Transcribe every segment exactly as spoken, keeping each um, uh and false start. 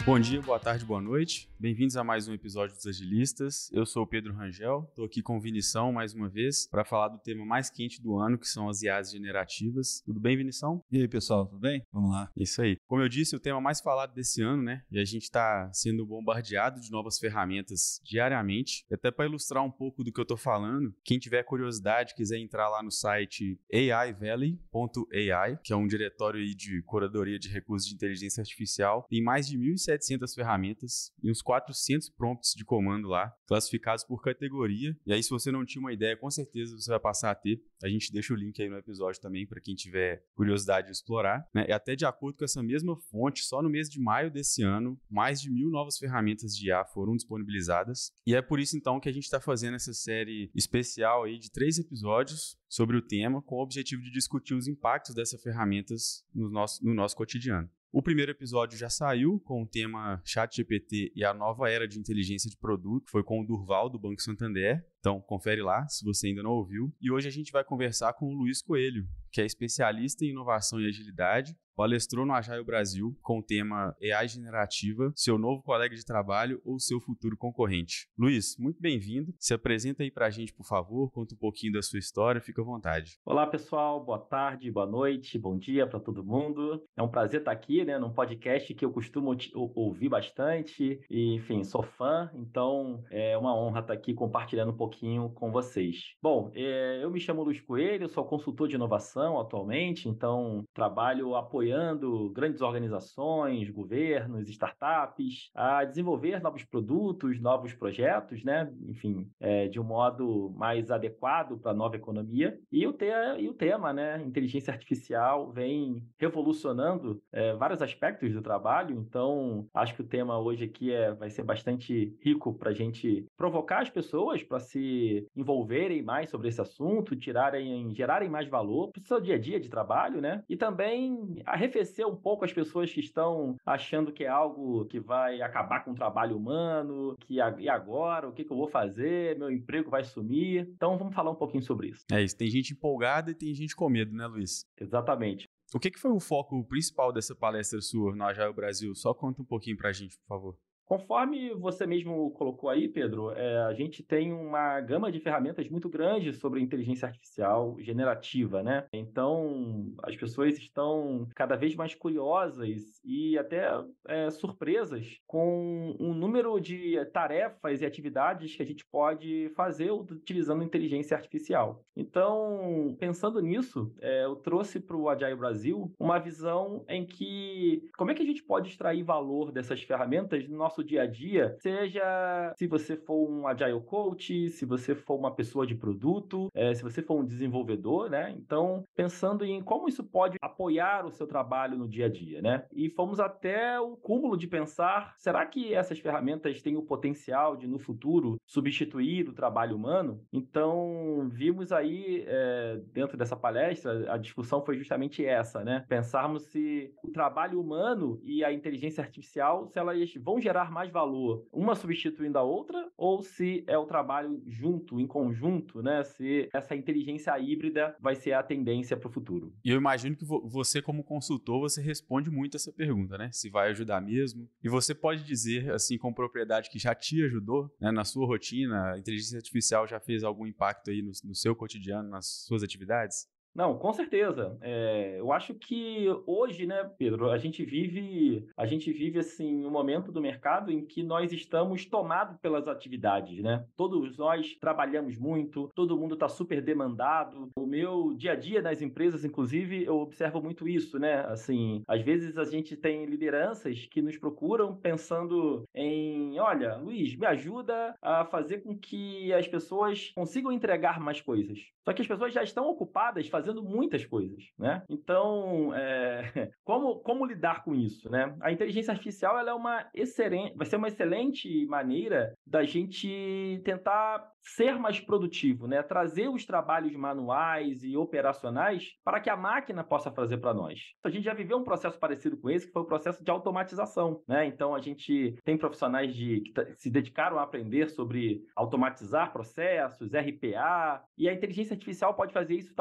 Bom dia, boa tarde, boa noite. Bem-vindos a mais um episódio dos Agilistas. Eu sou o Pedro Rangel, estou aqui com o Vinição mais uma vez para falar do tema mais quente do ano, que são as I As generativas. Tudo bem, Vinição? E aí, pessoal, tudo bem? Vamos lá. Isso aí. Como eu disse, o tema mais falado desse ano, né? E a gente está sendo bombardeado de novas ferramentas diariamente. E até para ilustrar um pouco do que eu estou falando, quem tiver curiosidade, quiser entrar lá no site A I Valley ponto A I, que é um diretório aí de curadoria de recursos de inteligência artificial, tem mais de mil e setecentas ferramentas e uns quatrocentos prompts de comando lá, classificados por categoria. E aí, se você não tinha uma ideia, com certeza você vai passar a ter. A gente deixa o link aí no episódio também para quem tiver curiosidade de explorar, né? E até de acordo com essa mesma fonte, só no mês de maio desse ano, mais de mil novas ferramentas de I A foram disponibilizadas. E é por isso, então, que a gente está fazendo essa série especial aí de três episódios sobre o tema, com o objetivo de discutir os impactos dessas ferramentas no nosso, no nosso cotidiano. O primeiro episódio já saiu com o tema ChatGPT e a nova era de inteligência de produto, foi com o Durval do Banco Santander. Então, confere lá, se você ainda não ouviu. E hoje a gente vai conversar com o Luiz Coelho, que é especialista em inovação e agilidade, palestrou no Agile Brasil com o tema A I generativa, seu novo colega de trabalho ou seu futuro concorrente. Luiz, muito bem-vindo. Se apresenta aí pra gente, por favor, conta um pouquinho da sua história, fica à vontade. Olá, pessoal. Boa tarde, boa noite, bom dia para todo mundo. É um prazer estar aqui, né, num podcast que eu costumo ouvir bastante e, enfim, sou fã, então é uma honra estar aqui compartilhando um pouquinho com vocês. Bom, é, eu me chamo Luiz Coelho, sou consultor de inovação atualmente, então trabalho apoiando grandes organizações, governos, startups a desenvolver novos produtos, novos projetos, né? Enfim, é, de um modo mais adequado para a nova economia. E o, te e o tema, né? Inteligência artificial vem revolucionando é, vários aspectos do trabalho, então acho que o tema hoje aqui é, vai ser bastante rico para a gente provocar as pessoas para se envolverem mais sobre esse assunto, tirarem, gerarem mais valor para o seu dia a dia de trabalho, né? E também arrefecer um pouco as pessoas que estão achando que é algo que vai acabar com o trabalho humano, que e agora, o que, que eu vou fazer? Meu emprego vai sumir. Então vamos falar um pouquinho sobre isso. É isso, tem gente empolgada e tem gente com medo, né, Luiz? Exatamente. O que, que foi o foco principal dessa palestra sua no Agile Brasil? Só conta um pouquinho pra gente, por favor. Conforme você mesmo colocou aí, Pedro, é, a gente tem uma gama de ferramentas muito grande sobre inteligência artificial generativa, né? Então, as pessoas estão cada vez mais curiosas e até é, surpresas com o número de tarefas e atividades que a gente pode fazer utilizando inteligência artificial. Então, pensando nisso, é, eu trouxe para o Agile Brasil uma visão em que como é que a gente pode extrair valor dessas ferramentas no nosso dia a dia, seja se você for um Agile Coach, se você for uma pessoa de produto, é, se você for um desenvolvedor, né? Então, pensando em como isso pode apoiar o seu trabalho no dia a dia, né? E fomos até o cúmulo de pensar, será que essas ferramentas têm o potencial de, no futuro, substituir o trabalho humano? Então, vimos aí, é, dentro dessa palestra, a discussão foi justamente essa, né? Pensarmos se o trabalho humano e a inteligência artificial, se elas vão gerar mais valor, uma substituindo a outra, ou se é o trabalho junto, em conjunto, né? Se essa inteligência híbrida vai ser a tendência para o futuro. E eu imagino que vo- você, como consultor, você responde muito essa pergunta, né? Se vai ajudar mesmo. E você pode dizer, assim, com propriedade, que já te ajudou, né? Na sua rotina, a inteligência artificial já fez algum impacto aí no, no seu cotidiano, nas suas atividades? Não, com certeza. É, eu acho que hoje, né, Pedro, a gente vive, a gente vive assim um momento do mercado em que nós estamos tomados pelas atividades, né? Todos nós trabalhamos muito, todo mundo está super demandado. O meu dia a dia nas empresas, inclusive, eu observo muito isso, né? Assim, às vezes a gente tem lideranças que nos procuram pensando em, olha, Luiz, me ajuda a fazer com que as pessoas consigam entregar mais coisas. Só que as pessoas já estão ocupadas fazendo fazendo muitas coisas, né? Então, é, como, como lidar com isso, né? A inteligência artificial ela é uma excelente, vai ser uma excelente maneira da gente tentar ser mais produtivo, né? Trazer os trabalhos manuais e operacionais para que a máquina possa fazer para nós. A gente já viveu um processo parecido com esse, que foi o processo de automatização, né? Então, a gente tem profissionais de, que se dedicaram a aprender sobre automatizar processos, R P A, e a inteligência artificial pode fazer isso talvez com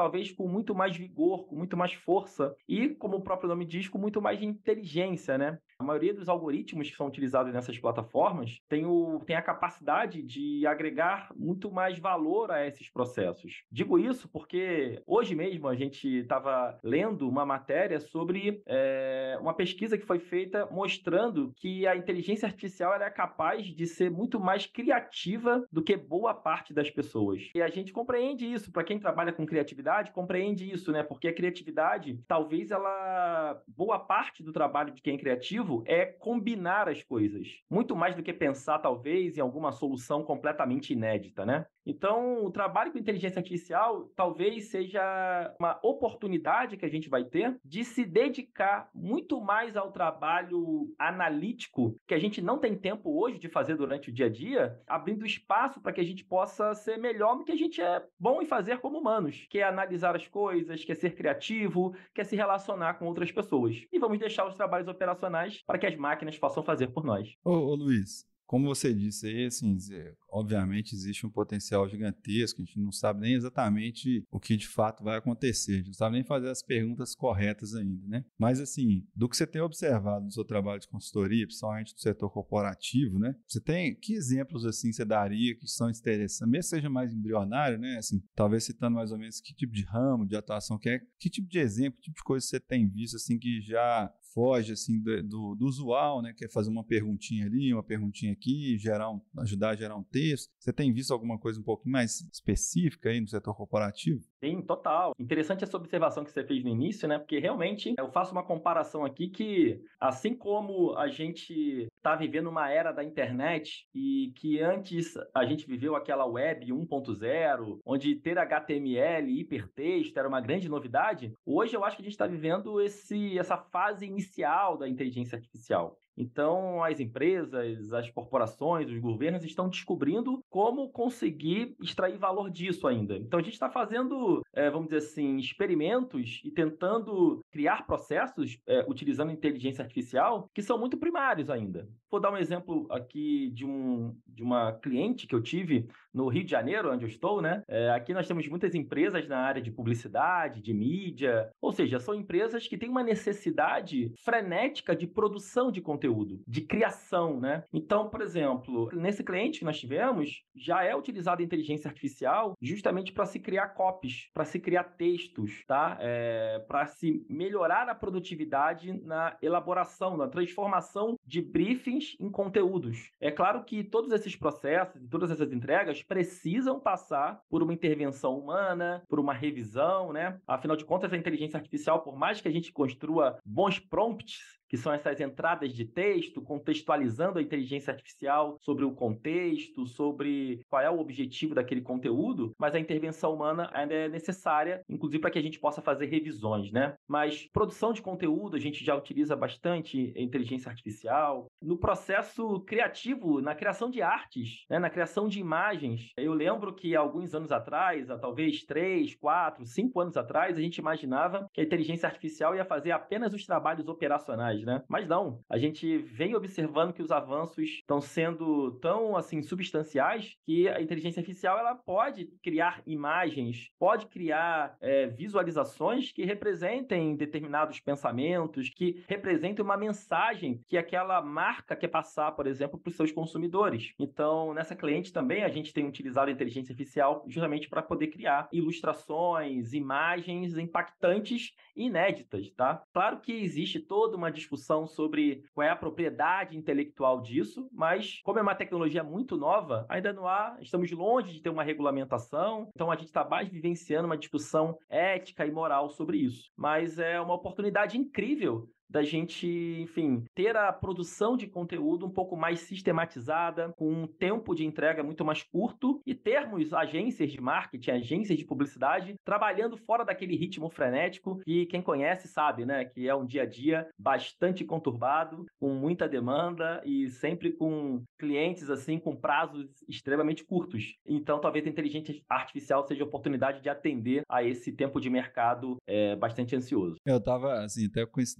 muito mais vigor, com muito mais força e, como o próprio nome diz, com muito mais inteligência, né? A maioria dos algoritmos que são utilizados nessas plataformas tem, o, tem a capacidade de agregar muito mais valor a esses processos. Digo isso porque hoje mesmo a gente estava lendo uma matéria sobre é, uma pesquisa que foi feita mostrando que a inteligência artificial ela é capaz de ser muito mais criativa do que boa parte das pessoas. E a gente compreende isso, para quem trabalha com criatividade, compreende isso, né? Porque a criatividade, talvez ela... boa parte do trabalho de quem é criativo é combinar as coisas, muito mais do que pensar, talvez, em alguma solução completamente inédita, né? Então, o trabalho com inteligência artificial talvez seja uma oportunidade que a gente vai ter de se dedicar muito mais ao trabalho analítico, que a gente não tem tempo hoje de fazer durante o dia a dia, abrindo espaço para que a gente possa ser melhor no que a gente é bom em fazer como humanos, que é analisar as coisas, que é ser criativo, que é se relacionar com outras pessoas. E vamos deixar os trabalhos operacionais para que as máquinas possam fazer por nós. Ô, ô Luiz, como você disse aí, assim, obviamente existe um potencial gigantesco, a gente não sabe nem exatamente o que de fato vai acontecer, a gente não sabe nem fazer as perguntas corretas ainda, né? Mas, assim, do que você tem observado no seu trabalho de consultoria, principalmente no setor corporativo, né? Você tem, que exemplos, assim, você daria que são interessantes, mesmo que seja mais embrionário, né? Assim, talvez citando mais ou menos que tipo de ramo, de atuação que é, que tipo de exemplo, que tipo de coisa você tem visto, assim, que já foge, assim, do, do, do usual, né? Quer fazer uma perguntinha ali, uma perguntinha aqui, gerar um, ajudar a gerar um texto. Você tem visto alguma coisa um pouquinho mais específica aí no setor corporativo? Sim, total. Interessante essa observação que você fez no início, né? Porque realmente eu faço uma comparação aqui que, assim como a gente está vivendo uma era da internet e que antes a gente viveu aquela web um ponto zero, onde ter H T M L e hipertexto era uma grande novidade, hoje eu acho que a gente está vivendo esse, essa fase inicial da inteligência artificial. Então, as empresas, as corporações, os governos estão descobrindo como conseguir extrair valor disso ainda. Então, a gente está fazendo, é, vamos dizer assim, experimentos e tentando criar processos é, utilizando inteligência artificial que são muito primários ainda. Vou dar um exemplo aqui de, um, de uma cliente que eu tive no Rio de Janeiro, onde eu estou, né? É, aqui nós temos muitas empresas na área de publicidade, de mídia, ou seja, são empresas que têm uma necessidade frenética de produção de conteúdo. Conteúdo, de criação, né? Então, por exemplo, nesse cliente que nós tivemos, já é utilizada a inteligência artificial justamente para se criar copies, para se criar textos, tá? É, para se melhorar a produtividade na elaboração, na transformação de briefings em conteúdos. É claro que todos esses processos, todas essas entregas precisam passar por uma intervenção humana, por uma revisão, né? Afinal de contas, a inteligência artificial, por mais que a gente construa bons prompts, que são essas entradas de texto, contextualizando a inteligência artificial sobre o contexto, sobre qual é o objetivo daquele conteúdo, mas a intervenção humana ainda é necessária, inclusive para que a gente possa fazer revisões, né? Mas produção de conteúdo, a gente já utiliza bastante a inteligência artificial. No processo criativo, na criação de artes, né? Na criação de imagens, eu lembro que alguns anos atrás, há talvez três, quatro, cinco anos atrás, a gente imaginava que a inteligência artificial ia fazer apenas os trabalhos operacionais, né? Mas não, a gente vem observando que os avanços estão sendo tão assim substanciais que a inteligência artificial ela pode criar imagens, pode criar é, visualizações que representem determinados pensamentos, que representem uma mensagem que aquela marca quer passar, por exemplo, para os seus consumidores. Então, nessa cliente também a gente tem utilizado a inteligência artificial justamente para poder criar ilustrações, imagens impactantes e inéditas, tá? Claro que existe toda uma discussão sobre qual é a propriedade intelectual disso, mas como é uma tecnologia muito nova, ainda não há, estamos longe de ter uma regulamentação, então a gente está mais vivenciando uma discussão ética e moral sobre isso. Mas é uma oportunidade incrível da gente, enfim, ter a produção de conteúdo um pouco mais sistematizada, com um tempo de entrega muito mais curto e termos agências de marketing, agências de publicidade trabalhando fora daquele ritmo frenético que quem conhece sabe, né, que é um dia a dia bastante conturbado, com muita demanda e sempre com clientes assim com prazos extremamente curtos. Então, talvez a inteligência artificial seja a oportunidade de atender a esse tempo de mercado é, bastante ansioso. Eu tava, assim, até coincidência, você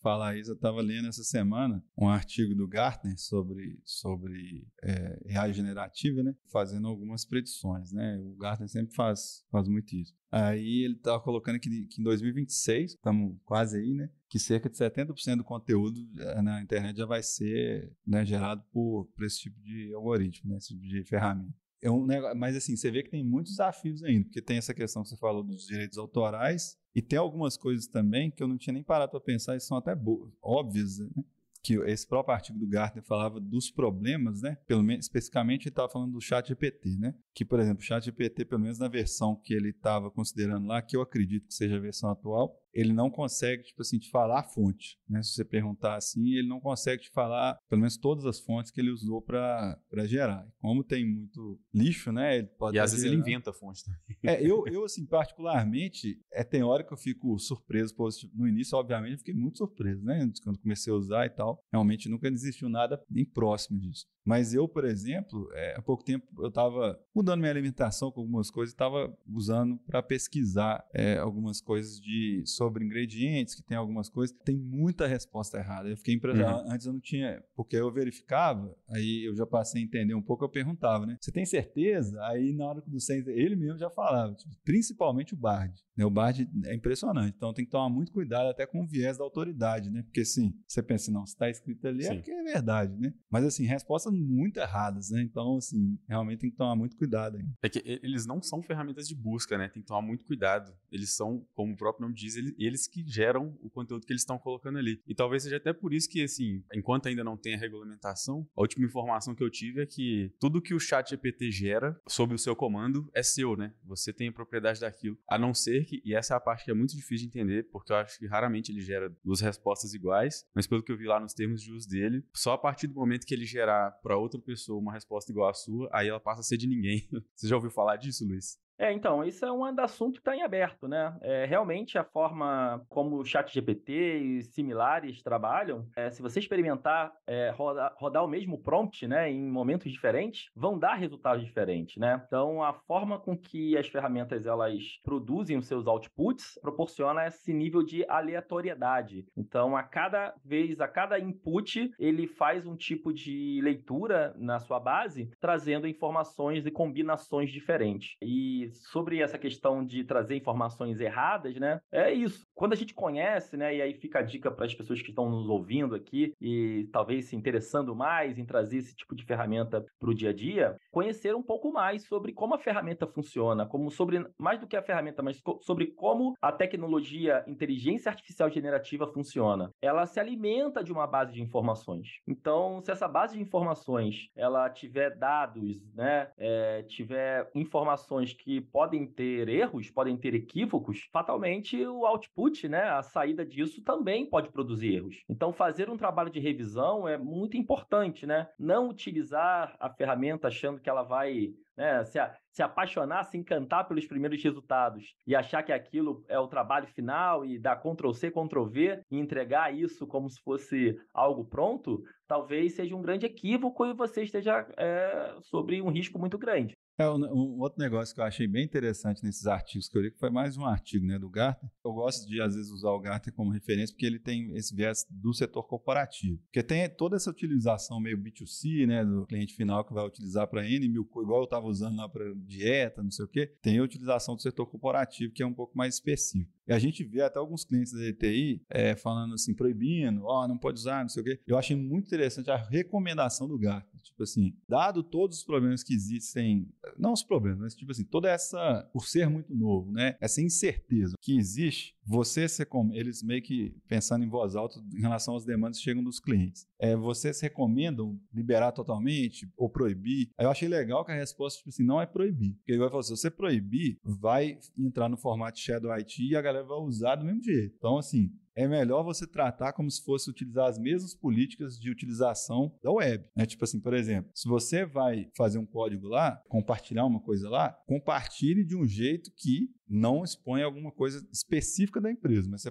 falar isso, eu estava lendo essa semana um artigo do Gartner sobre, sobre é, A I generativa, né? Fazendo algumas predições, né? O Gartner sempre faz, faz muito isso. Aí ele estava colocando que, que em dois mil e vinte e seis, estamos quase aí, né? Que cerca de setenta por cento do conteúdo na internet já vai ser, né, gerado por, por esse tipo de algoritmo, né? Esse tipo de ferramenta. É um negócio, mas assim, você vê que tem muitos desafios ainda, porque tem essa questão que você falou dos direitos autorais e tem algumas coisas também que eu não tinha nem parado para pensar e são até boas, óbvias, né? Que esse próprio artigo do Gartner falava dos problemas, né? Pelo menos, especificamente, ele estava falando do ChatGPT, né? Que, por exemplo, o ChatGPT, pelo menos na versão que ele estava considerando lá, que eu acredito que seja a versão atual, ele não consegue, tipo assim, te falar a fonte, né? Se você perguntar assim, ele não consegue te falar, pelo menos todas as fontes que ele usou para gerar. Como tem muito lixo, né? Ele pode e às vezes gerar. ele inventa a fonte também. É, eu, eu, assim, particularmente, é, tem hora que eu fico surpreso positivo. No início, obviamente, eu fiquei muito surpreso, né? Quando comecei a usar e tal. Realmente nunca existiu nada nem próximo disso. Mas eu, por exemplo, é, há pouco tempo eu estava mudando minha alimentação com algumas coisas e estava usando para pesquisar é, algumas coisas de, sobre ingredientes, que tem algumas coisas. Tem muita resposta errada. Eu fiquei impressionado. Uhum. Antes eu não tinha, porque eu verificava, aí eu já passei a entender um pouco, eu perguntava, né? Você tem certeza? Aí na hora do centro, ele mesmo já falava, tipo, principalmente o Bard. Né? O Bard é impressionante, então tem que tomar muito cuidado até com o viés da autoridade, né? Porque assim, você pensa, não, se está escrito ali, sim, é porque é verdade, né? Mas assim, respostas muito erradas, né? Então, assim, realmente tem que tomar muito cuidado aí. É que eles não são ferramentas de busca, né? Tem que tomar muito cuidado. Eles são, como o próprio nome diz, eles, eles que geram o conteúdo que eles estão colocando ali. E talvez seja até por isso que, assim, enquanto ainda não tem a regulamentação, a última informação que eu tive é que tudo que o ChatGPT gera sob o seu comando é seu, né? Você tem a propriedade daquilo. A não ser que, e essa é a parte que é muito difícil de entender, porque eu acho que raramente ele gera duas respostas iguais, mas pelo que eu vi lá nos termos de uso dele, só a partir do momento que ele gerar para outra pessoa uma resposta igual à sua, aí ela passa a ser de ninguém. Você já ouviu falar disso, Luiz? É, então, isso é um assunto que está em aberto, né? É, realmente, a forma como o ChatGPT e similares trabalham, é, se você experimentar é, rodar, rodar o mesmo prompt, né, em momentos diferentes, vão dar resultados diferentes, né? Então, a forma com que as ferramentas elas produzem os seus outputs proporciona esse nível de aleatoriedade. Então, a cada vez, a cada input, ele faz um tipo de leitura na sua base, trazendo informações e combinações diferentes. E sobre essa questão de trazer informações erradas, né? É isso. Quando a gente conhece, né? E aí fica a dica para as pessoas que estão nos ouvindo aqui e talvez se interessando mais em trazer esse tipo de ferramenta para o dia a dia, conhecer um pouco mais sobre como a ferramenta funciona, como sobre mais do que a ferramenta, mas sobre como a tecnologia inteligência artificial generativa funciona. Ela se alimenta de uma base de informações. Então, se essa base de informações ela tiver dados, né? É, tiver informações que podem ter erros, podem ter equívocos, fatalmente o output, né, a saída disso também pode produzir erros. Então, fazer um trabalho de revisão é muito importante, né? Não utilizar a ferramenta achando que ela vai, né, se, a, se apaixonar, se encantar pelos primeiros resultados e achar que aquilo é o trabalho final e dar control C, control V e entregar isso como se fosse algo pronto, talvez seja um grande equívoco e você esteja é, sobre um risco muito grande. É, um, um outro negócio que eu achei bem interessante nesses artigos que eu li, que foi mais um artigo, né, do Gartner. Eu gosto de, às vezes, usar o Gartner como referência, porque ele tem esse viés do setor corporativo. Porque tem toda essa utilização meio B dois C, né, do cliente final que vai utilizar para N mil coisas, igual eu estava usando lá para dieta, não sei o quê. Tem a utilização do setor corporativo, que é um pouco mais específico. E a gente vê até alguns clientes da T I é, falando assim, proibindo, ó, oh, não pode usar, não sei o quê. Eu achei muito interessante a recomendação do Gartner. Tipo assim, dado todos os problemas que existem, não os problemas, mas tipo assim, toda essa, por ser muito novo, né? Essa incerteza que existe, você se recomenda, eles meio que pensando em voz alta em relação às demandas que chegam dos clientes. É, vocês recomendam liberar totalmente ou proibir? Aí eu achei legal que a resposta, tipo assim, não é proibir. Porque ele vai falar assim, se você proibir, vai entrar no formato Shadow I T e a galera vai usar do mesmo jeito. Então, assim, é melhor você tratar como se fosse utilizar as mesmas políticas de utilização da web, né? Tipo assim, por exemplo, se você vai fazer um código lá, compartilhar uma coisa lá, compartilhe de um jeito que não expõe alguma coisa específica da empresa, mas você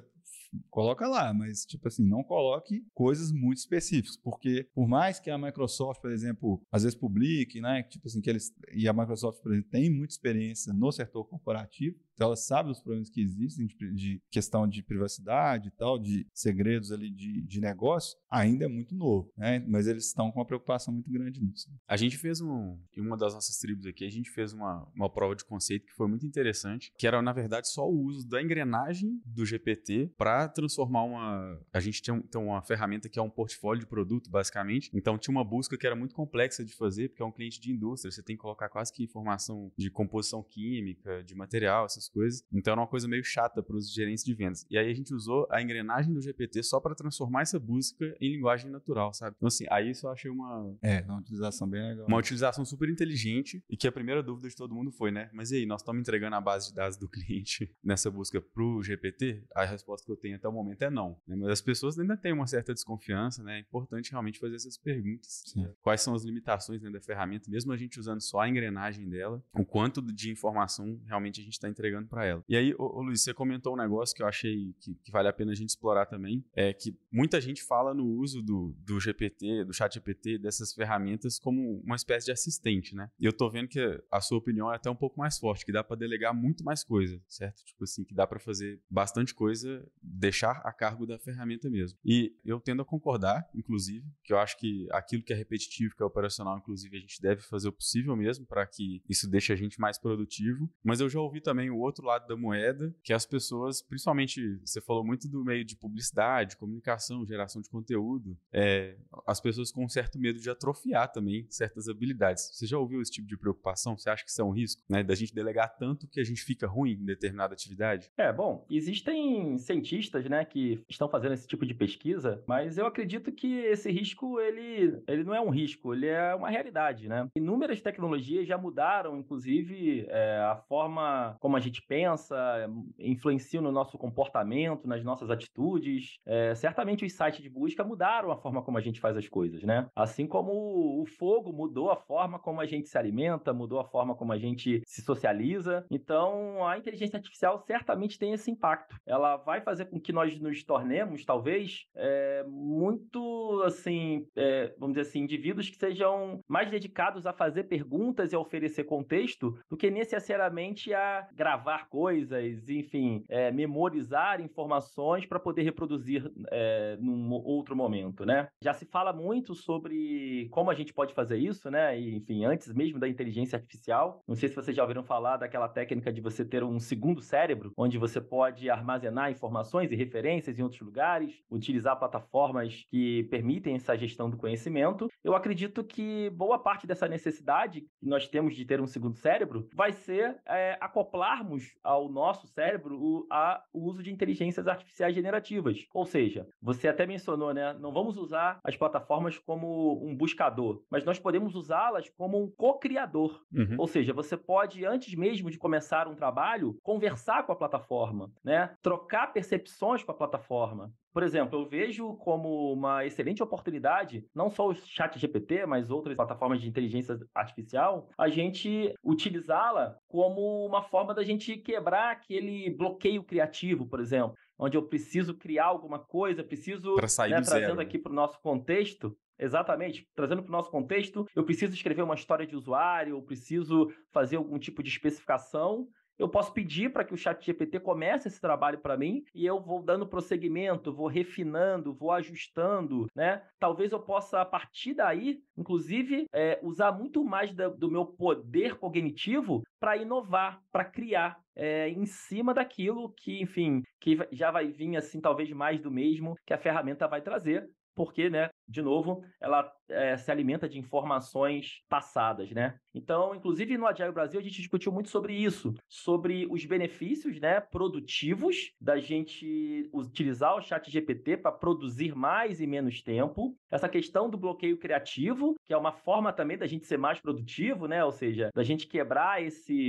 coloca lá, mas, tipo assim, não coloque coisas muito específicas, porque por mais que a Microsoft, por exemplo, às vezes publique, né, tipo assim, que eles, e a Microsoft, por exemplo, tem muita experiência no setor corporativo, então ela sabe dos problemas que existem de, de questão de privacidade e tal, de segredos ali de, de negócio, ainda é muito novo, né, mas eles estão com uma preocupação muito grande nisso. A gente fez um, em uma das nossas tribos aqui, a gente fez uma, uma prova de conceito que foi muito interessante, que era, na verdade, só o uso da engrenagem do G P T para transformar uma... A gente tem, um, tem uma ferramenta que é um portfólio de produto, basicamente. Então, tinha uma busca que era muito complexa de fazer, porque é um cliente de indústria. Você tem que colocar quase que informação de composição química, de material, essas coisas. Então, era uma coisa meio chata para os gerentes de vendas. E aí, a gente usou a engrenagem do G P T só para transformar essa busca em linguagem natural, sabe? Então, assim, aí isso eu achei uma... É, uma utilização bem legal. Uma utilização super inteligente e que a primeira dúvida de todo mundo foi, né? Mas e aí, nós estamos entregando a base de dados do cliente nessa busca pro G P T? A resposta que eu tenho até o momento é não, né? Mas as pessoas ainda têm uma certa desconfiança, né? É importante realmente fazer essas perguntas. Sim. Quais são as limitações, né, da ferramenta, mesmo a gente usando só a engrenagem dela, o quanto de informação realmente a gente está entregando para ela. E aí, ô, ô, Luiz, você comentou um negócio que eu achei que, que vale a pena a gente explorar também, é que muita gente fala no uso do, do G P T, do chat G P T, dessas ferramentas como uma espécie de assistente, né? E eu tô vendo que a sua opinião é até um pouco mais forte, que dá para delegar muito mais coisa, certo? Tipo assim, que dá para fazer bastante coisa, deixar a cargo da ferramenta mesmo. E eu tendo a concordar, inclusive, que eu acho que aquilo que é repetitivo, que é operacional, inclusive, a gente deve fazer o possível mesmo para que isso deixe a gente mais produtivo. Mas eu já ouvi também o outro lado da moeda, que as pessoas, principalmente, você falou muito do meio de publicidade, comunicação, geração de conteúdo, é, as pessoas com um certo medo de atrofiar também certas habilidades. Você já ouviu esse tipo de preocupação? Você acha que isso é um risco, né, da gente delegar tanto que a gente fica ruim em determinada atividade? É, bom, existem cientistas, né, que estão fazendo esse tipo de pesquisa, mas eu acredito que esse risco, ele, ele não é um risco, ele é uma realidade, né? Inúmeras tecnologias já mudaram, inclusive, é, a forma como a gente pensa, influenciam no nosso comportamento, nas nossas atitudes. É, certamente os sites de busca mudaram a forma como a gente faz as coisas, né? Assim como o fogo mudou a forma como a gente se alimenta, mudou a forma como a gente se socializa. Então, a inteligência artificial certamente tem esse impacto. Ela vai fazer com que nós nos tornemos, talvez, é, muito, assim, é, vamos dizer assim, indivíduos que sejam mais dedicados a fazer perguntas e a oferecer contexto do que necessariamente a gravar coisas, enfim, é, memorizar informações para poder reproduzir é, num outro momento, né? Já se fala muito sobre como a gente pode fazer isso, né? E, enfim, antes mesmo da inteligência artificial. Não sei se vocês já ouviram falar daquela técnica de você ter um segundo cérebro, onde você pode armazenar informações e referências em outros lugares, utilizar plataformas que permitem essa gestão do conhecimento. Eu acredito que boa parte dessa necessidade que nós temos de ter um segundo cérebro vai ser é, acoplarmos ao nosso cérebro o, a, o uso de inteligências artificiais generativas. Ou seja, você até mencionou, né? Não vamos usar as plataformas como um buscador, mas nós podemos usá-las como um co-criador. Uhum. Ou seja, você pode, antes mesmo de começar um trabalho, conversar com a plataforma, né? Trocar percepções com a plataforma. Por exemplo, eu vejo como uma excelente oportunidade, não só o chat G P T, mas outras plataformas de inteligência artificial, a gente utilizá-la como uma forma da gente quebrar aquele bloqueio criativo, por exemplo, onde eu preciso criar alguma coisa, preciso, Pra sair né, do trazendo zero, aqui para o nosso contexto. Exatamente. Trazendo para o nosso contexto, eu preciso escrever uma história de usuário, eu preciso fazer algum tipo de especificação. Eu posso pedir para que o chat G P T comece esse trabalho para mim e eu vou dando prosseguimento, vou refinando, vou ajustando, né? Talvez eu possa, a partir daí, inclusive, é, usar muito mais da, do meu poder cognitivo para inovar, para criar. É, em cima daquilo que, enfim, que já vai vir, assim, talvez mais do mesmo que a ferramenta vai trazer. Porque, né, de novo, ela é, se alimenta de informações passadas, né? Então, inclusive no Agile Brasil, a gente discutiu muito sobre isso, sobre os benefícios, né, produtivos da gente utilizar o chat G P T para produzir mais e menos tempo. Essa questão do bloqueio criativo, que é uma forma também da gente ser mais produtivo, né? Ou seja, da gente quebrar esse...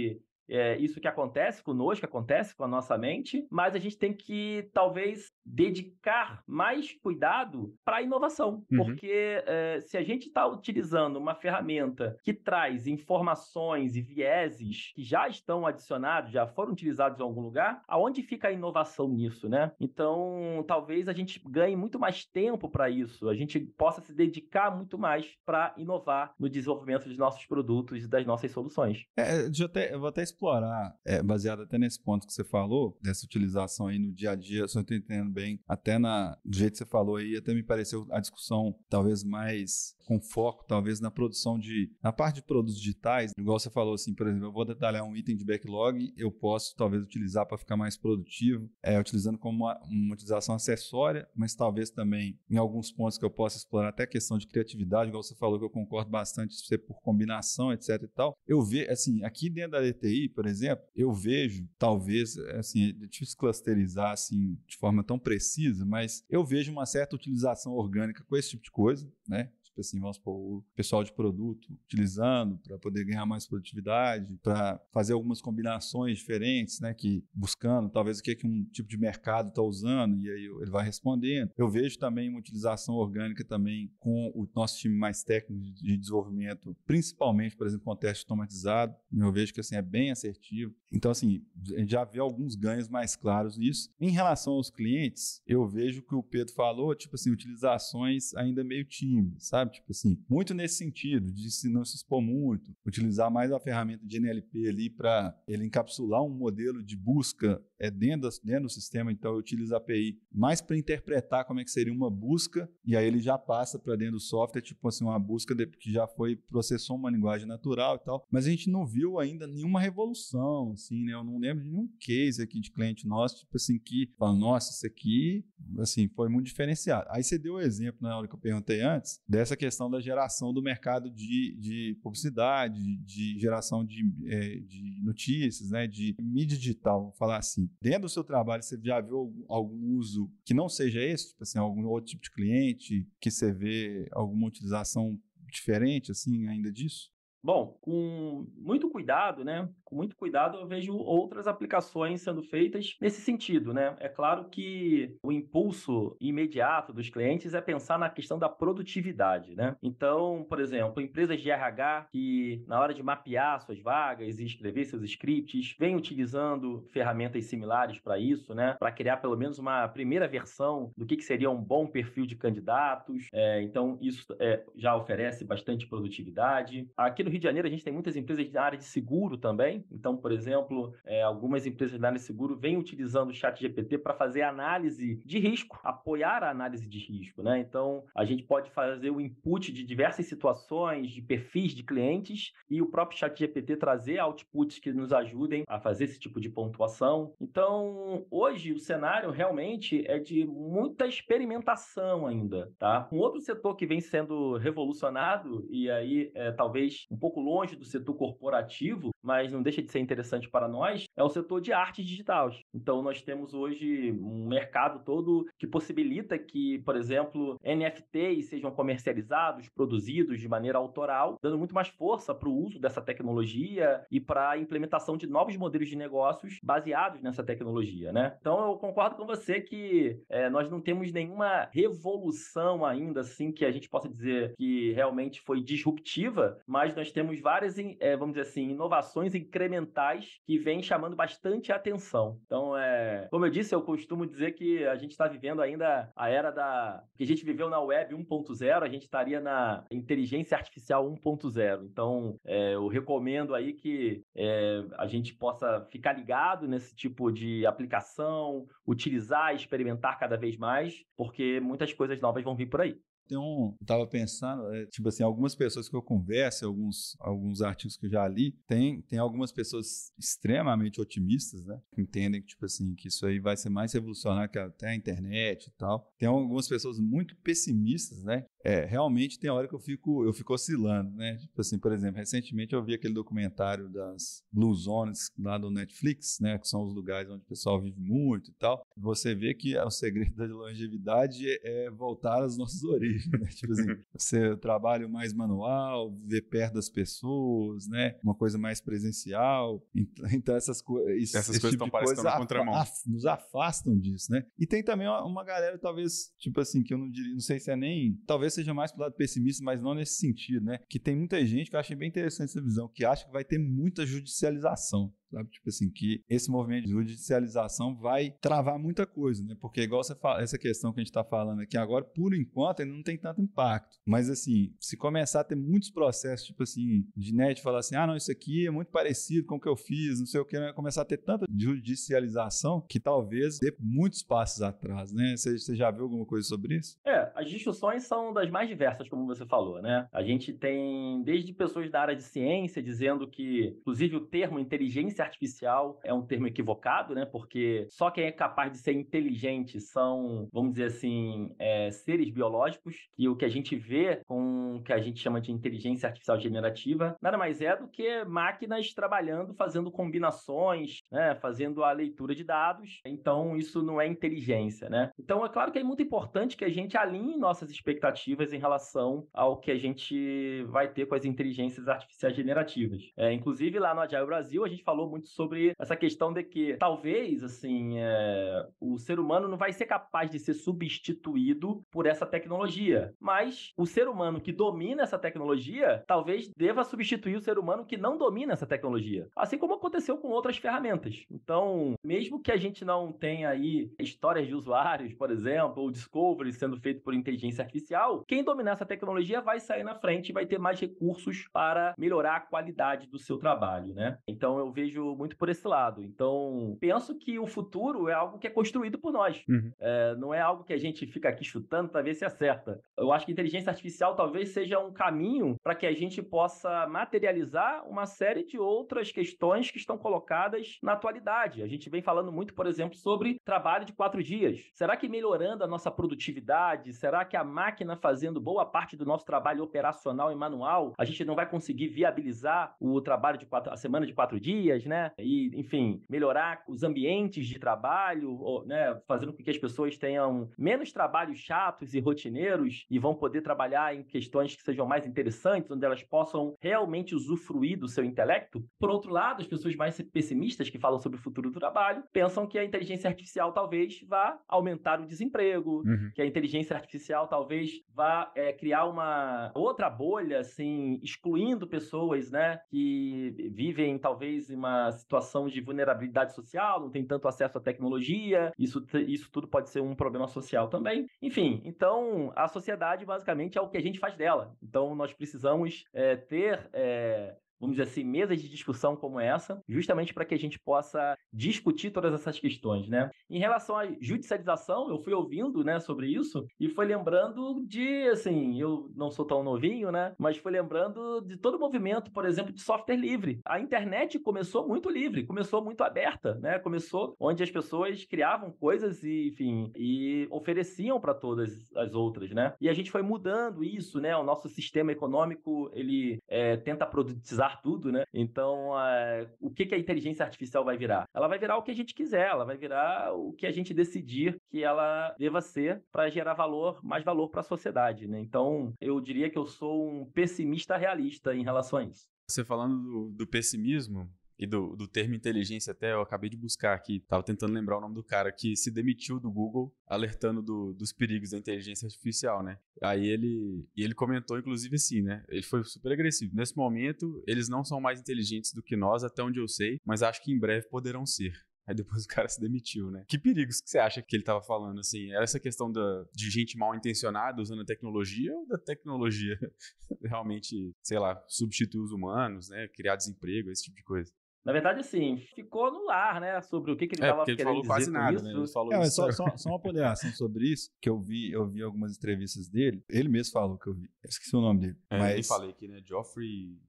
é, isso que acontece conosco, que acontece com a nossa mente, mas a gente tem que, talvez, dedicar mais cuidado para a inovação, Uhum. porque é, se a gente está utilizando uma ferramenta que traz informações e vieses que já estão adicionados, já foram utilizados em algum lugar, aonde fica a inovação nisso, né? Então, talvez a gente ganhe muito mais tempo para isso, a gente possa se dedicar muito mais para inovar no desenvolvimento dos nossos produtos e das nossas soluções. É, deixa eu, até, eu vou até explorar, é, baseado até nesse ponto que você falou, dessa utilização aí no dia a dia, se eu estou entendendo bem, até na, do jeito que você falou aí, até me pareceu a discussão talvez mais com foco, talvez na produção de, na parte de produtos digitais, igual você falou assim, por exemplo, eu vou detalhar um item de backlog, eu posso talvez utilizar para ficar mais produtivo, é, utilizando como uma, uma utilização acessória, mas talvez também em alguns pontos que eu possa explorar até a questão de criatividade, igual você falou, que eu concordo bastante, ser por combinação, etc e tal. Eu vejo, assim, aqui dentro da D T I, por exemplo, eu vejo, talvez, assim, é difícil clusterizar, assim, de forma tão precisa, mas eu vejo uma certa utilização orgânica com esse tipo de coisa, né? Tipo assim, vamos supor, o pessoal de produto utilizando para poder ganhar mais produtividade, para fazer algumas combinações diferentes, né? Que buscando, talvez, o que, que um tipo de mercado está usando, e aí ele vai respondendo. Eu vejo também uma utilização orgânica também com o nosso time mais técnico de desenvolvimento, principalmente, por exemplo, com o teste automatizado. Eu vejo que, assim, é bem assertivo. Então, assim, a gente já vê alguns ganhos mais claros nisso. Em relação aos clientes, eu vejo que o Pedro falou, tipo assim, utilizações ainda meio tímidas, sabe? Tipo assim, muito nesse sentido, de se não se expor muito, utilizar mais a ferramenta de N L P ali para ele encapsular um modelo de busca é, dentro, do, dentro do sistema. Então, eu utilizo a A P I mais para interpretar como é que seria uma busca, e aí ele já passa para dentro do software, tipo assim, uma busca de, que já foi, processou uma linguagem natural e tal, mas a gente não viu ainda nenhuma revolução, assim, né? Eu não lembro de nenhum case aqui de cliente nosso, tipo assim, que fala, nossa, isso aqui, assim, foi muito diferenciado. Aí você deu o exemplo, na hora que eu perguntei antes, dessa questão da geração do mercado de, de publicidade, de geração de, é, de notícias, né? De mídia digital, vou falar assim. Dentro do seu trabalho, você já viu algum, algum uso que não seja esse? Tipo assim, algum outro tipo de cliente que você vê alguma utilização diferente, assim, ainda disso? Bom, com muito cuidado, né? Com muito cuidado, eu vejo outras aplicações sendo feitas nesse sentido, né? É claro que o impulso imediato dos clientes é pensar na questão da produtividade, né? Então, por exemplo, empresas de R H que, na hora de mapear suas vagas e escrever seus scripts, vêm utilizando ferramentas similares para isso, né? Para criar pelo menos uma primeira versão do que, que seria um bom perfil de candidatos. É, então, isso é, já oferece bastante produtividade. Aqui no Rio de Janeiro, a gente tem muitas empresas na área de seguro também. Então, por exemplo, é, algumas empresas na área de seguro vêm utilizando o ChatGPT para fazer análise de risco, apoiar a análise de risco, né? Então, a gente pode fazer o input de diversas situações, de perfis de clientes, e o próprio ChatGPT trazer outputs que nos ajudem a fazer esse tipo de pontuação. Então, hoje, o cenário realmente é de muita experimentação ainda, tá? Um outro setor que vem sendo revolucionado, e aí, é, talvez um pouco longe do setor corporativo, mas não deixa de ser interessante para nós, é o setor de artes digitais. Então, nós temos hoje um mercado todo que possibilita que, por exemplo, N F Ts sejam comercializados, produzidos de maneira autoral, dando muito mais força para o uso dessa tecnologia e para a implementação de novos modelos de negócios baseados nessa tecnologia, né? Então, eu concordo com você que é, nós não temos nenhuma revolução ainda, assim, que a gente possa dizer que realmente foi disruptiva, mas nós temos várias, é, vamos dizer assim, inovações incrementais que vêm chamando bastante atenção. Então, é, como eu disse, eu costumo dizer que a gente está vivendo ainda a era da... que a gente viveu na web um ponto zero, a gente estaria na inteligência artificial um ponto zero. Então, é, eu recomendo aí que é, a gente possa ficar ligado nesse tipo de aplicação, utilizar e experimentar cada vez mais, porque muitas coisas novas vão vir por aí. Tem um, eu tava pensando, é, tipo assim, algumas pessoas que eu converso, alguns, alguns artigos que eu já li, tem, tem algumas pessoas extremamente otimistas, né? Que entendem que, tipo assim, que isso aí vai ser mais revolucionário que até a internet e tal. Tem algumas pessoas muito pessimistas, né? É, realmente tem hora que eu fico, eu fico oscilando, né? Tipo assim, por exemplo, recentemente eu vi aquele documentário das Blue Zones lá do Netflix, né? Que são os lugares onde o pessoal vive muito e tal. Você vê que o segredo da longevidade é voltar às nossas origens. seja, né? Tipo assim, você trabalha mais manual, viver perto das pessoas, né? Uma coisa mais presencial. Então, essas, co isso, essas esse coisas tipo estão de parecendo coisa na contramão. af nos afastam disso, né? E tem também uma, uma galera, talvez, tipo assim, que eu não diria, não sei se é nem, talvez seja mais pro lado pessimista, mas não nesse sentido, né? Que tem muita gente que eu achei bem interessante essa visão, que acha que vai ter muita judicialização. Sabe? Tipo assim, que esse movimento de judicialização vai travar muita coisa, né? Porque igual você fala, essa questão que a gente está falando aqui agora, por enquanto, ainda não tem tanto impacto. Mas assim, se começar a ter muitos processos, tipo assim, de net falar assim, ah, não, isso aqui é muito parecido com o que eu fiz, não sei o que, né? Começar a ter tanta judicialização que talvez dê muitos passos atrás, né? Você, você já viu alguma coisa sobre isso? É, as discussões são das mais diversas, como você falou, né? A gente tem desde pessoas da área de ciência dizendo que, inclusive, o termo inteligência artificial é um termo equivocado, né? Porque só quem é capaz de ser inteligente são, vamos dizer assim, é, seres biológicos, e o que a gente vê com o que a gente chama de inteligência artificial generativa nada mais é do que máquinas trabalhando, fazendo combinações, né? Fazendo a leitura de dados. Então, isso não é inteligência, né? Então, é claro que é muito importante que a gente alinhe nossas expectativas em relação ao que a gente vai ter com as inteligências artificiais generativas. É, inclusive, lá no Agile Brasil, a gente falou muito sobre essa questão de que talvez, assim, é, o ser humano não vai ser capaz de ser substituído por essa tecnologia, mas o ser humano que domina essa tecnologia talvez deva substituir o ser humano que não domina essa tecnologia, assim como aconteceu com outras ferramentas. Então, mesmo que a gente não tenha aí histórias de usuários, por exemplo, ou discovery sendo feito por inteligência artificial, quem dominar essa tecnologia vai sair na frente e vai ter mais recursos para melhorar a qualidade do seu trabalho, né? Então, eu vejo muito por esse lado. Então, penso que o futuro é algo que é construído por nós. Uhum. É, não é algo que a gente fica aqui chutando para ver se acerta. Eu acho que a inteligência artificial talvez seja um caminho para que a gente possa materializar uma série de outras questões que estão colocadas na atualidade. A gente vem falando muito, por exemplo, sobre trabalho de quatro dias. Será que melhorando a nossa produtividade, será que a máquina fazendo boa parte do nosso trabalho operacional e manual, a gente não vai conseguir viabilizar o trabalho de quatro, a semana de quatro dias, né? E, enfim, melhorar os ambientes de trabalho, né? Fazendo com que as pessoas tenham menos trabalhos chatos e rotineiros e vão poder trabalhar em questões que sejam mais interessantes, onde elas possam realmente usufruir do seu intelecto. Por outro lado, as pessoas mais pessimistas que falam sobre o futuro do trabalho pensam que a inteligência artificial talvez vá aumentar o desemprego, Uhum. que a inteligência artificial talvez vá é, criar uma outra bolha, assim, excluindo pessoas, né, que vivem talvez em uma situação de vulnerabilidade social, não tem tanto acesso à tecnologia, isso, isso tudo pode ser um problema social também. Enfim, então a sociedade basicamente é o que a gente faz dela. Então nós precisamos é, ter... É, vamos dizer assim, mesas de discussão como essa, justamente para que a gente possa discutir todas essas questões, né? Em relação à judicialização, eu fui ouvindo, né, sobre isso e fui lembrando de, assim, eu não sou tão novinho, né, mas fui lembrando de todo o movimento, por exemplo, de software livre. A internet começou muito livre, começou muito aberta, né? Começou onde as pessoas criavam coisas e, enfim, e ofereciam para todas as outras, né? E a gente foi mudando isso, né? O nosso sistema econômico, ele é, tenta produtizar tudo, né? Então, uh, o que, que a inteligência artificial vai virar? Ela vai virar o que a gente quiser, ela vai virar o que a gente decidir que ela deva ser para gerar valor, mais valor para a sociedade, né? Então, eu diria que eu sou um pessimista realista em relação a isso. Você falando do, do pessimismo e do, do termo inteligência, até eu acabei de buscar aqui, tava tentando lembrar o nome do cara que se demitiu do Google alertando do, dos perigos da inteligência artificial, né? Aí ele, e ele comentou, inclusive, assim, né? Ele foi super agressivo. Nesse momento, eles não são mais inteligentes do que nós, até onde eu sei, mas acho que em breve poderão ser. Aí depois o cara se demitiu, né? Que perigos que você acha que ele tava falando, assim? Era essa questão da, de gente mal intencionada usando a tecnologia ou da tecnologia realmente, sei lá, substituir os humanos, né? Criar desemprego, esse tipo de coisa? Na verdade, assim, ficou no ar, né, sobre o que, que ele estava é, querendo falou dizer quase com nada, isso. Né? Ele falou é, isso. Só, só, só uma ponderação sobre isso, que eu vi, eu vi algumas entrevistas dele, ele mesmo falou que eu vi, eu esqueci o nome dele. É, mas... eu falei aqui, né, Geoffrey...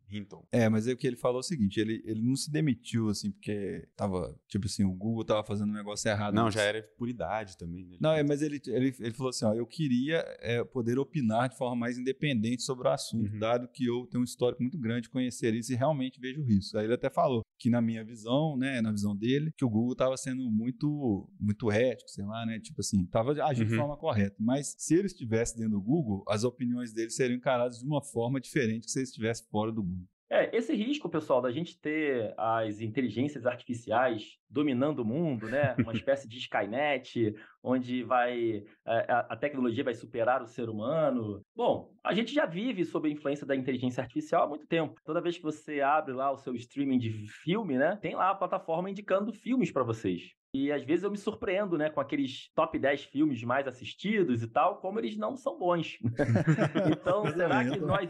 Hinton. É, mas é o que ele falou é o seguinte, ele, ele não se demitiu, assim, porque tava, tipo assim, o Google tava fazendo um negócio errado. Não, mas... já era por idade também, né? Não, é, mas ele, ele, ele falou assim, ó, eu queria é, poder opinar de forma mais independente sobre o assunto, Uhum. dado que eu tenho um histórico muito grande de conhecer isso e realmente vejo risco. Aí ele até falou que na minha visão, né, na visão dele, que o Google tava sendo muito, muito ético, sei lá, né, tipo assim, tava agindo Uhum. de forma correta. Mas se ele estivesse dentro do Google, as opiniões dele seriam encaradas de uma forma diferente que se ele estivesse fora do Google. É, esse risco, pessoal, da gente ter as inteligências artificiais dominando o mundo, né? Uma espécie de Skynet, onde vai a, a tecnologia vai superar o ser humano. Bom, a gente já vive sob a influência da inteligência artificial há muito tempo. Toda vez que você abre lá o seu streaming de filme, né? Tem lá a plataforma indicando filmes para vocês. E às vezes eu me surpreendo, né, com aqueles top dez filmes mais assistidos e tal, como eles não são bons. Então, será que nós...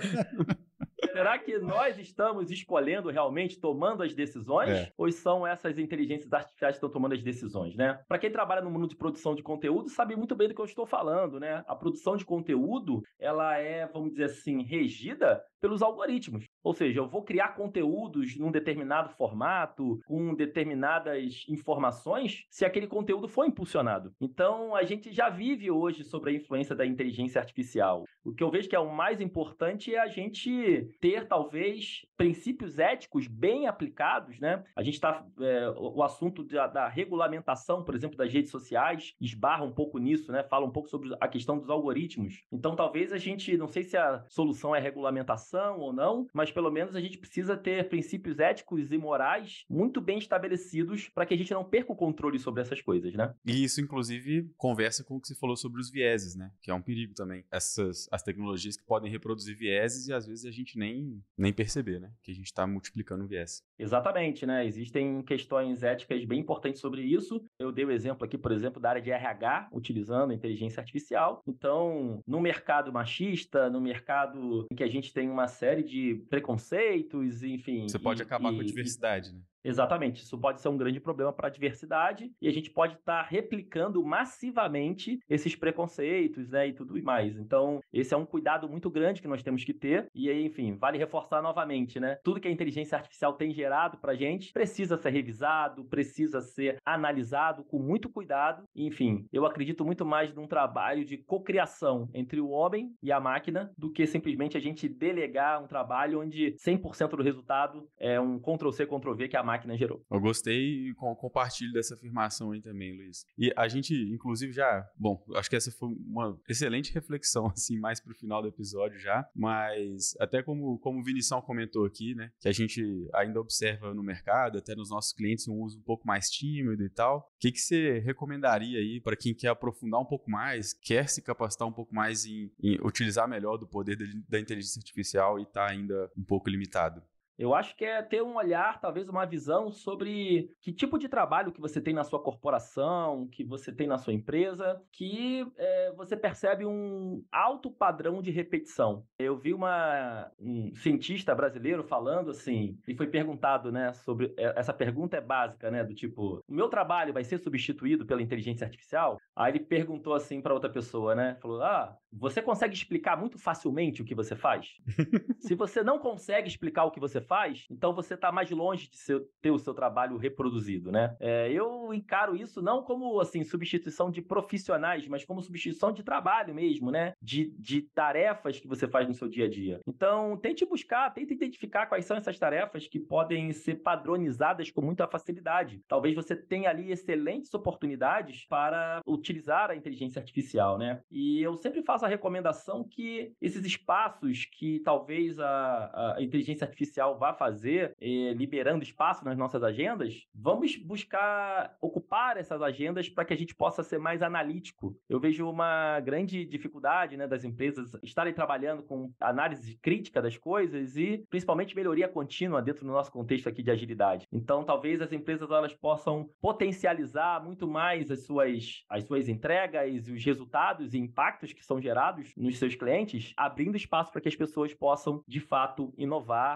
Será que nós estamos escolhendo realmente, tomando as decisões? É. Ou são essas inteligências artificiais que estão tomando as decisões, né? Para quem trabalha no mundo de produção de conteúdo, sabe muito bem do que eu estou falando, né? A produção de conteúdo, ela é, vamos dizer assim, regida pelos algoritmos. Ou seja, eu vou criar conteúdos num determinado formato, com determinadas informações, se aquele conteúdo for impulsionado. Então, a gente já vive hoje sobre a influência da inteligência artificial. O que eu vejo que é o mais importante é a gente ter, talvez, princípios éticos bem aplicados, né? A gente está... É, o assunto da, da regulamentação, por exemplo, das redes sociais, esbarra um pouco nisso, né? Fala um pouco sobre a questão dos algoritmos. Então, talvez a gente... Não sei se a solução é regulamentação ou não, mas pelo menos a gente precisa ter princípios éticos e morais muito bem estabelecidos para que a gente não perca o controle sobre essas coisas, né? E isso, inclusive, conversa com o que você falou sobre os vieses, né? Que é um perigo também. Essas as tecnologias que podem reproduzir vieses e às vezes a gente nem, nem perceber, né? Que a gente está multiplicando o viés. Exatamente, né? Existem questões éticas bem importantes sobre isso. Eu dei o exemplo aqui, por exemplo, da área de R H, utilizando a inteligência artificial. Então, no mercado machista, no mercado em que a gente tem uma série de preconceitos, enfim... Você pode e, acabar e, com a diversidade, né? Exatamente, isso pode ser um grande problema para a diversidade e a gente pode estar tá replicando massivamente esses preconceitos, né, e tudo mais. Então, esse é um cuidado muito grande que nós temos que ter e aí, enfim, vale reforçar novamente, né? Tudo que a inteligência artificial tem gerado para a gente precisa ser revisado, precisa ser analisado com muito cuidado. E, enfim, eu acredito muito mais num trabalho de cocriação entre o homem e a máquina do que simplesmente a gente delegar um trabalho onde cem por cento do resultado é um control C, control V que a máquina gerou. Eu gostei e compartilho dessa afirmação aí também, Luiz. E a gente, inclusive, já... Bom, acho que essa foi uma excelente reflexão, assim, mais pro final do episódio já, mas até como, como o Vinição comentou aqui, né, que a gente ainda observa no mercado, até nos nossos clientes, um uso um pouco mais tímido e tal. O que, que você recomendaria aí para quem quer aprofundar um pouco mais, quer se capacitar um pouco mais em, em utilizar melhor do poder de, da inteligência artificial e tá ainda um pouco limitado? Eu acho que é ter um olhar, talvez uma visão sobre que tipo de trabalho que você tem na sua corporação, que você tem na sua empresa, que é, você percebe um alto padrão de repetição. Eu vi uma, um cientista brasileiro falando assim, e foi perguntado, né, sobre... Essa pergunta é básica, né, do tipo, o meu trabalho vai ser substituído pela inteligência artificial? Aí ele perguntou assim para outra pessoa, né, falou, ah, você consegue explicar muito facilmente o que você faz? Se você não consegue explicar o que você faz, então você está mais longe de ser, ter o seu trabalho reproduzido, né? É, eu encaro isso não como, assim, substituição de profissionais, mas como substituição de trabalho mesmo, né? De, de tarefas que você faz no seu dia a dia. Então, tente buscar, tente identificar quais são essas tarefas que podem ser padronizadas com muita facilidade. Talvez você tenha ali excelentes oportunidades para utilizar a inteligência artificial, né? E eu sempre faço a recomendação que esses espaços que talvez a, a inteligência artificial vá fazer, eh, liberando espaço nas nossas agendas, vamos buscar ocupar essas agendas para que a gente possa ser mais analítico. Eu vejo uma grande dificuldade, né, das empresas estarem trabalhando com análise crítica das coisas e principalmente melhoria contínua dentro do nosso contexto aqui de agilidade. Então, talvez as empresas elas possam potencializar muito mais as suas, as suas entregas, os resultados e impactos que são gerados nos seus clientes, abrindo espaço para que as pessoas possam, de fato, inovar, possam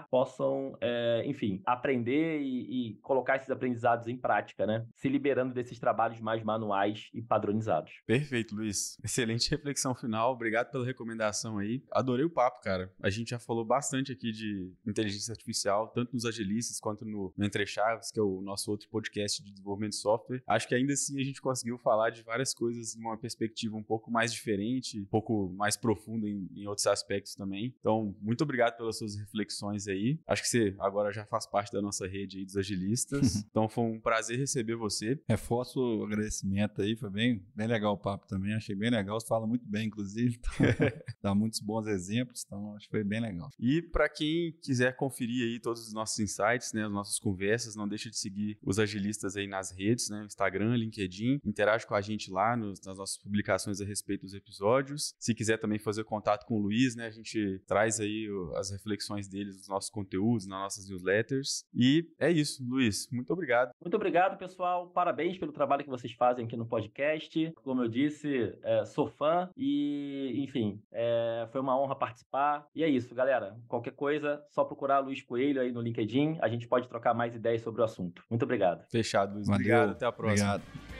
possam, é, enfim, aprender e, e colocar esses aprendizados em prática, né? Se liberando desses trabalhos mais manuais e padronizados. Perfeito, Luiz. Excelente reflexão final. Obrigado pela recomendação aí. Adorei o papo, cara. A gente já falou bastante aqui de inteligência artificial, tanto nos agilistas quanto no, no Entre Chaves, que é o nosso outro podcast de desenvolvimento de software. Acho que ainda assim a gente conseguiu falar de várias coisas de uma perspectiva um pouco mais diferente, um pouco mais profunda em, em outros aspectos também. Então, muito obrigado pelas suas reflexões aí. Acho que você agora já faz parte da nossa rede aí dos agilistas. Então, foi um prazer receber você. Reforço o agradecimento aí, foi bem, bem legal o papo também, achei bem legal, você fala muito bem, inclusive, então, dá muitos bons exemplos, então acho que foi bem legal. E para quem quiser conferir aí todos os nossos insights, né, as nossas conversas, não deixe de seguir os agilistas aí nas redes, né, Instagram, LinkedIn, interage com a gente lá nos, nas nossas publicações a respeito dos episódios. Se quiser também fazer contato com o Luiz, né, a gente traz aí as reflexões deles nos nossos conteúdos, nas nossas newsletters. E é isso, Luiz, muito obrigado. Muito obrigado, pessoal, parabéns pelo trabalho que vocês fazem aqui no podcast. Como eu disse, é, sou fã e, enfim, é, foi uma honra participar. E é isso, galera. Qualquer coisa, só procurar Luiz Coelho aí no LinkedIn. A gente pode trocar mais ideias sobre o assunto. Muito obrigado. Fechado, Luiz. Valeu. Obrigado. Até a próxima. Obrigado.